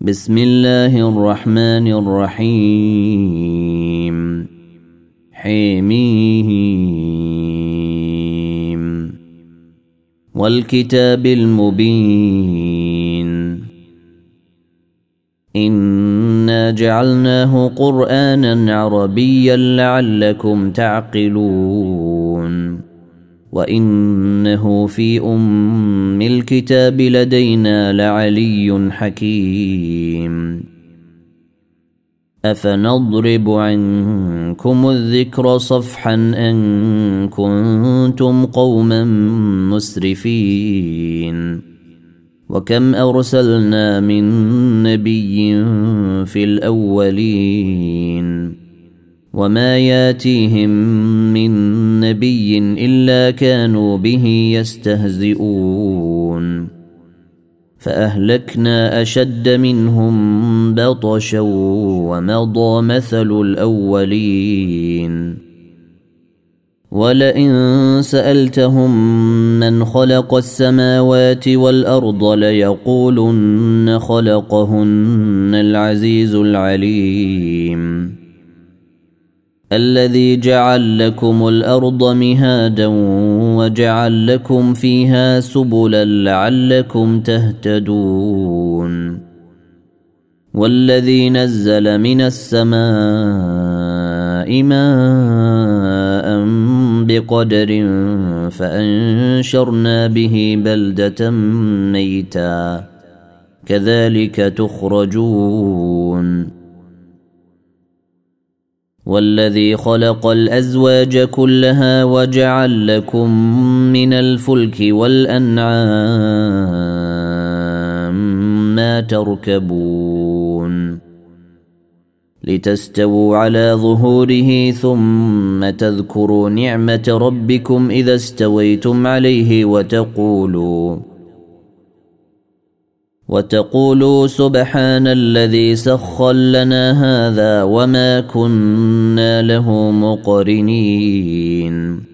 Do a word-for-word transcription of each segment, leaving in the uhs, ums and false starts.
بسم الله الرحمن الرحيم حميم والكتاب المبين إنا جعلناه قرآنا عربيا لعلكم تعقلون وإنه في أم الكتاب لدينا لعلي حكيم أفنضرب عنكم الذكر صفحا أن كنتم قوما مسرفين وكم أرسلنا من نبي في الأولين وما ياتيهم من نبي إلا كانوا به يستهزئون فأهلكنا أشد منهم بطشا ومضى مثل الأولين ولئن سألتهم من خلق السماوات والأرض ليقولن خلقهن العزيز العليم الذي جعل لكم الأرض مهادا وجعل لكم فيها سبلا لعلكم تهتدون والذي نزل من السماء ماء بقدر فأنشرنا به بلدة ميتا كذلك تخرجون والذي خلق الأزواج كلها وجعل لكم من الفلك والأنعام ما تركبون لتستووا على ظهوره ثم تذكروا نعمة ربكم إذا استويتم عليه وتقولوا وتقولوا سبحان الذي سخر لنا هذا وما كنا له مقرنين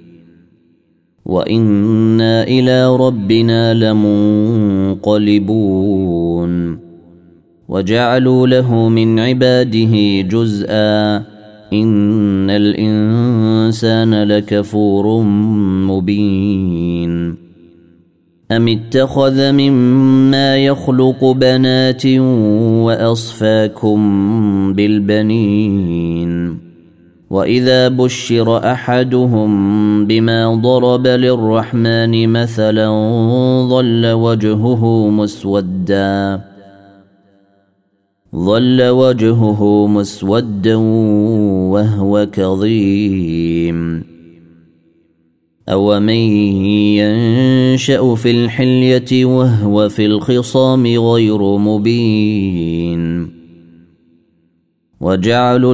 وإنا إلى ربنا لمنقلبون وجعلوا له من عباده جزءا إن الإنسان لكفور مبين أم اتخذ مما يخلق بنات وأصفاكم بالبنين وإذا بشر أحدهم بما ضرب للرحمن مثلا ظل وجهه مسودا ظل وجهه مسودا وهو كظيم أومن ينشأ في الحلية وهو في الخصام غير مبين وجعلوا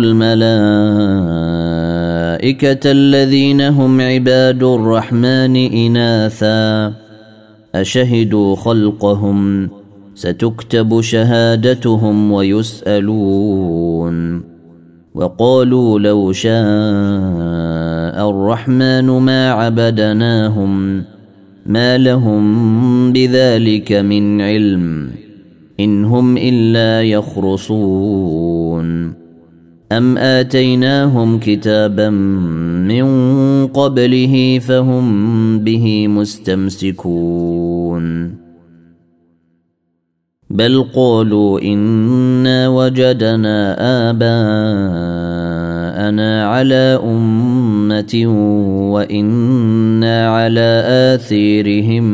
الملائكة الذين هم عباد الرحمن إناثا أشهدوا خلقهم ستكتب شهادتهم ويسألون وقالوا لو شاء الرحمن ما عبدناهم ما لهم بذلك من علم إن هم إلا يخرصون أم آتيناهم كتابا من قبله فهم به مستمسكون بل قالوا إنا وجدنا آباءنا على أمة وإنا على آثيرهم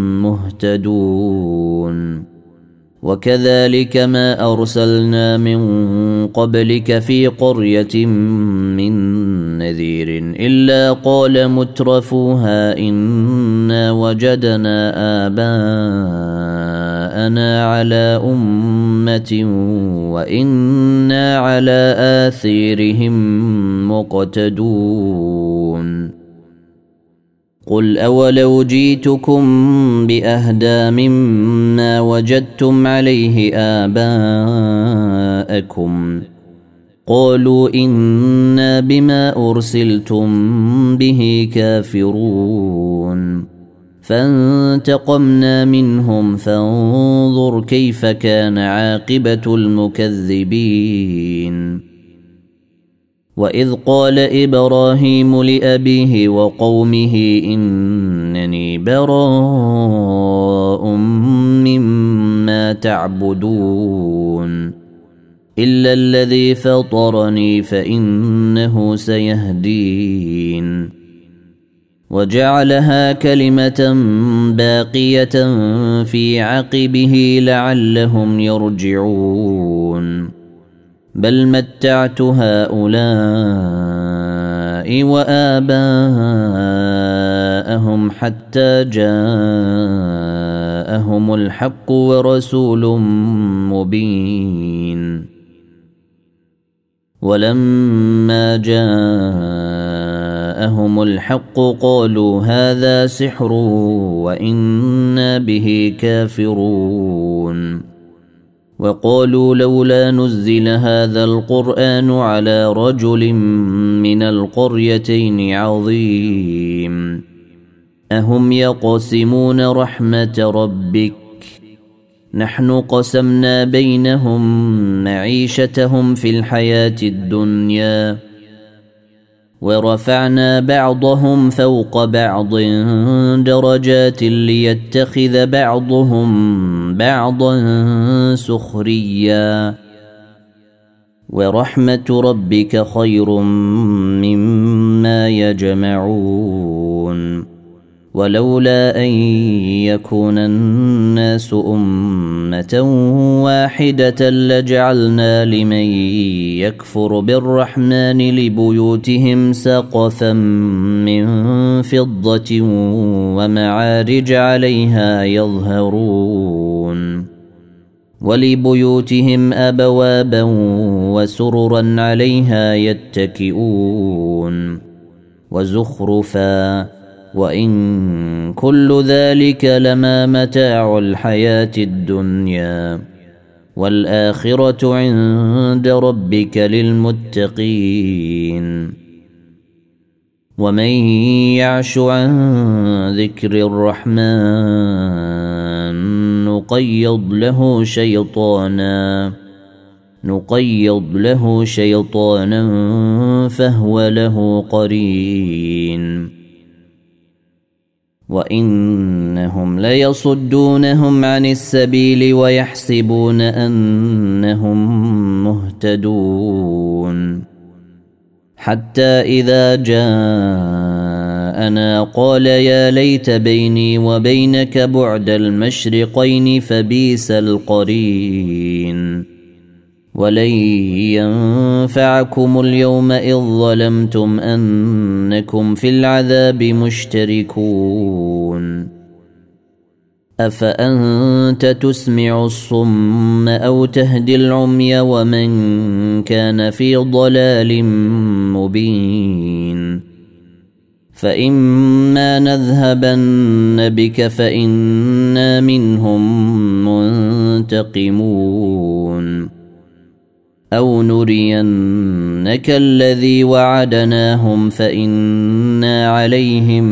مهتدون وكذلك ما أرسلنا من قبلك في قرية من نذير إلا قال مترفوها إنا وجدنا آباءنا على أمة وإنا على آثيرهم مقتدون قل أولو جيتكم بأهدى مما وجدتم عليه آباءكم قالوا إنا بما أرسلتم به كافرون فانتقمنا منهم فانظر كيف كان عاقبة المكذبين. وإذ قال إبراهيم لأبيه وقومه إنني براء مما تعبدون إلا الذي فطرني فإنه سيهدين. وجعلها كلمة باقية في عقبه لعلهم يرجعون. بل متعت هؤلاء وآباءهم حتى جاءهم الحق ورسول مبين. ولما جاءهم الحق قالوا هذا سحر وإنا به كافرون. وقالوا لولا نزل هذا القرآن على رجل من القريتين عظيم. أهم يقسمون رحمة ربك نحن قسمنا بينهم معيشتهم في الحياة الدنيا ورفعنا بعضهم فوق بعض درجات ليتخذ بعضهم بعضا سخريا. ورحمة ربك خير مما يجمعون. ولولا أن يكون الناس أمة واحدة لجعلنا لمن يكفر بالرحمن لبيوتهم سقفا من فضة ومعارج عليها يظهرون. ولبيوتهم أبوابا وسررا عليها يتكئون وزخرفا وإن كل ذلك لما متاع الحياة الدنيا والآخرة عند ربك للمتقين. ومن يعش عن ذكر الرحمن نقيض له شيطانا نقيض له شيطانا فهو له قرين. وإنهم ليصدونهم عن السبيل ويحسبون أنهم مهتدون. حتى إذا جاءنا قال يا ليت بيني وبينك بعد المشرقين فبئس القرين. ولن ينفعكم اليوم إذ ظلمتم أنكم في العذاب مشتركون. أفأنت تسمع الصم أو تهدي العمي ومن كان في ضلال مبين. فإما نذهبن بك فإنا منهم منتقمون أو نرينك الذي وعدناهم فإنا عليهم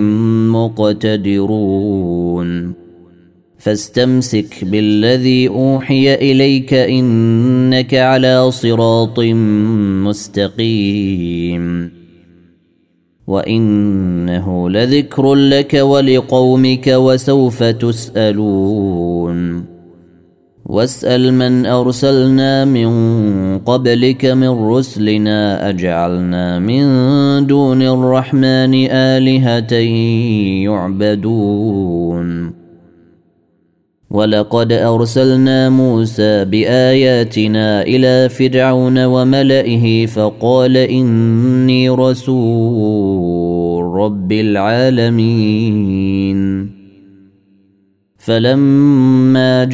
مقتدرون. فاستمسك بالذي أوحي إليك إنك على صراط مستقيم. وإنه لذكر لك ولقومك وسوف تسألون. واسأل من أرسلنا من قبلك من رسلنا أجعلنا من دون الرحمن آلهة يعبدون. ولقد أرسلنا موسى بآياتنا إلى فرعون وملئه فقال إني رسول رب العالمين. فلما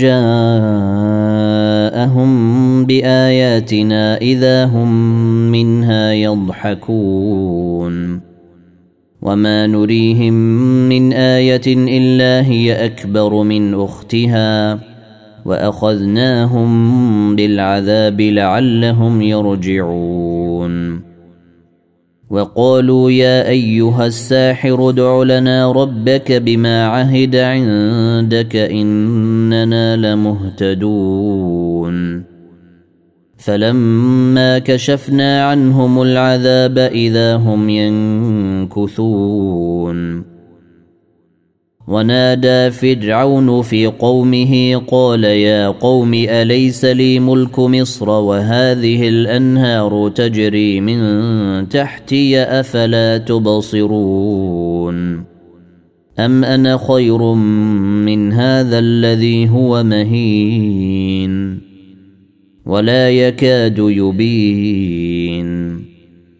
جاءهم بآياتنا إذا هم منها يضحكون. وما نريهم من آية إلا هي أكبر من أختها وأخذناهم بالعذاب لعلهم يرجعون. وقالوا يا أيها الساحر ادع لنا ربك بما عهد عندك إننا لمهتدون فلما كشفنا عنهم العذاب إذا هم ينكثون ونادى فرعون في قومه قال يا قوم أليس لي ملك مصر وهذه الأنهار تجري من تحتي أفلا تبصرون أم أنا خير من هذا الذي هو مهين ولا يكاد يبين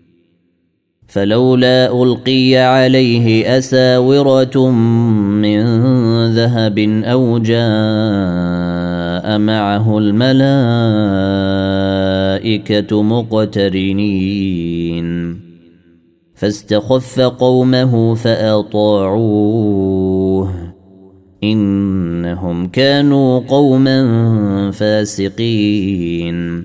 فلولا ألقي عليه أساورة من ذهب أو جاء معه الملائكة مقترنين فاستخف قومه فأطاعوه إنهم كانوا قوما فاسقين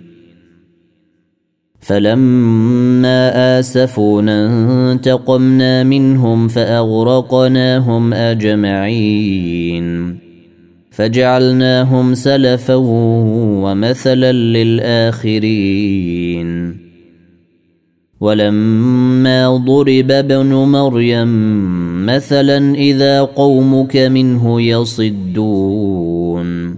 فلما آسفونا انتقمنا منهم فأغرقناهم أجمعين فجعلناهم سلفا ومثلا للآخرين ولما ضرب ابن مريم مثلا إذا قومك منه يصدون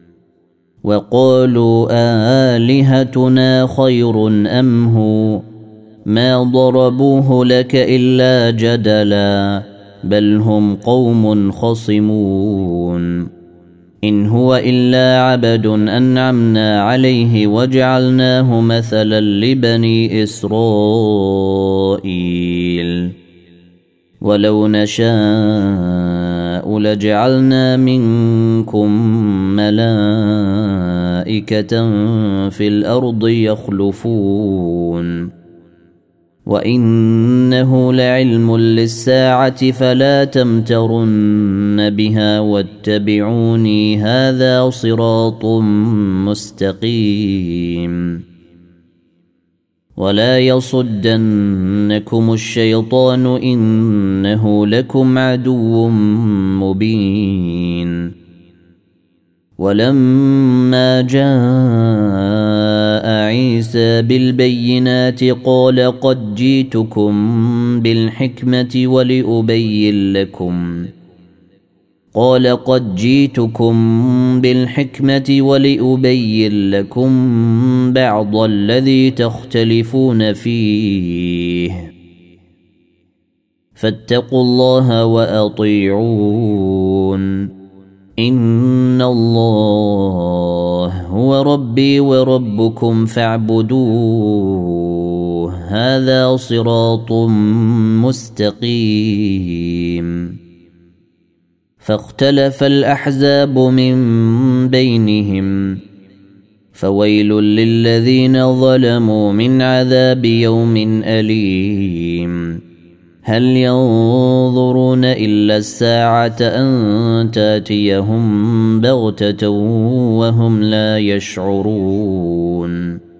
وقالوا آلهتنا خير أم هو ما ضربوه لك إلا جدلا بل هم قوم خصمون إن هو إلا عبد أنعمنا عليه وجعلناه مثلا لبني إسرائيل ولو نشاء لجعلنا منكم ملائكة في الأرض يخلفون وإنه لعلم للساعة فلا تمترن بها واتبعوني هذا صراط مستقيم ولا يصدنكم الشيطان إنه لكم عدو مبين ولما جاء عيسى بالبينات قال قد جئتكم بالحكمة ولأبين لكم قال قد جئتكم بالحكمة ولأبين لكم بعض الذي تختلفون فيه فاتقوا الله وأطيعون إن الله هو ربي وربكم فاعبدوه هذا صراط مستقيم فاختلف الأحزاب من بينهم فويل للذين ظلموا من عذاب يوم أليم هل ينظرون إلا الساعة أن تاتيهم بغتة وهم لا يشعرون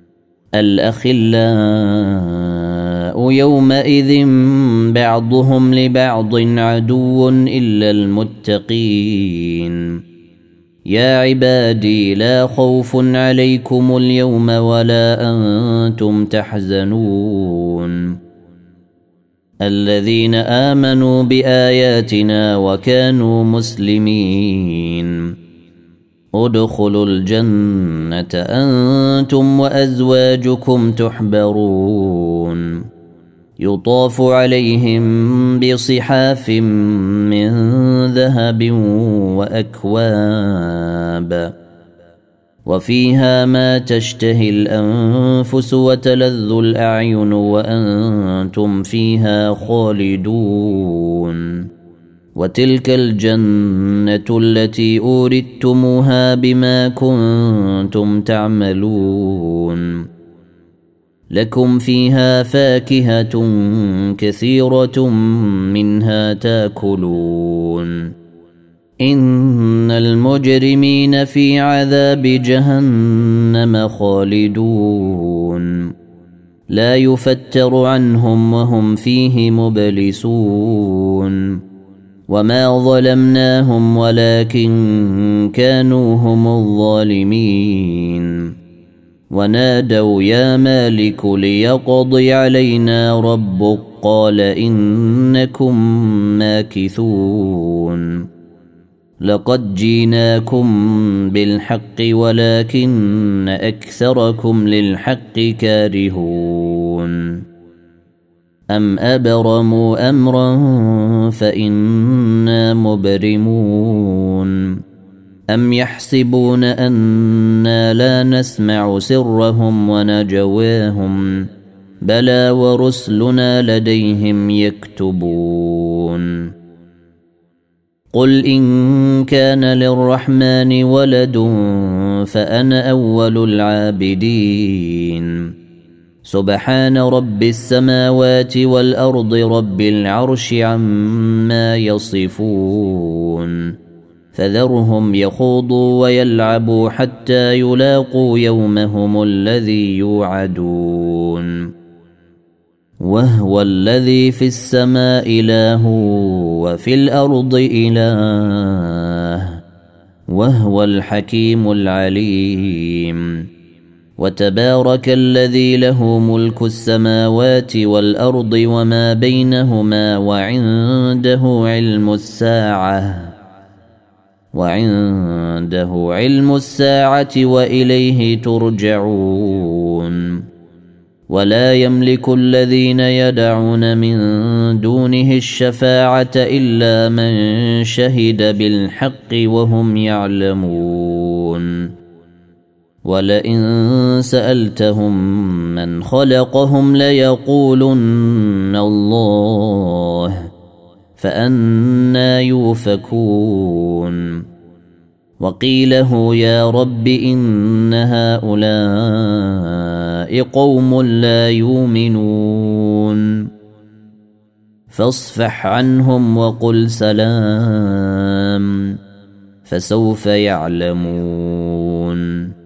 الأخلاء يومئذ بعضهم لبعض عدو إلا المتقين يا عبادي لا خوف عليكم اليوم ولا أنتم تحزنون الذين آمنوا بآياتنا وكانوا مسلمين ادخلوا الجنة أنتم وأزواجكم تحبرون يطاف عليهم بصحاف من ذهب وأكواب وفيها ما تشتهي الأنفس وتلذ الأعين وأنتم فيها خالدون وتلك الجنة التي أوردتموها بما كنتم تعملون لكم فيها فاكهة كثيرة منها تاكلون إن المجرمين في عذاب جهنم خالدون لا يفتر عنهم وهم فيه مبلسون وما ظلمناهم ولكن كانوا هم الظالمين ونادوا يا مالك ليقضي علينا ربك قال إنكم ماكثون لقد جيناكم بالحق ولكن أكثركم للحق كارهون أم أبرموا أمرا فإنا مبرمون أم يحسبون أنا لا نسمع سرهم ونجواهم بلى ورسلنا لديهم يكتبون قل إن كان للرحمن ولد فأنا أول العابدين سبحان رب السماوات والأرض رب العرش عما يصفون فذرهم يخوضوا ويلعبوا حتى يلاقوا يومهم الذي يوعدون وهو الذي في السماء إله وفي الأرض إله وهو الحكيم العليم وتبارك الذي له ملك السماوات والأرض وما بينهما وعنده علم الساعة وعنده علم الساعة وإليه ترجعون ولا يملك الذين يدعون من دونه الشفاعة إلا من شهد بالحق وهم يعلمون ولئن سألتهم من خلقهم ليقولن الله فأنا يوفكون وقيله يا رب إن هؤلاء قوم لا يؤمنون فاصفح عنهم وقل سلام فسوف يعلمون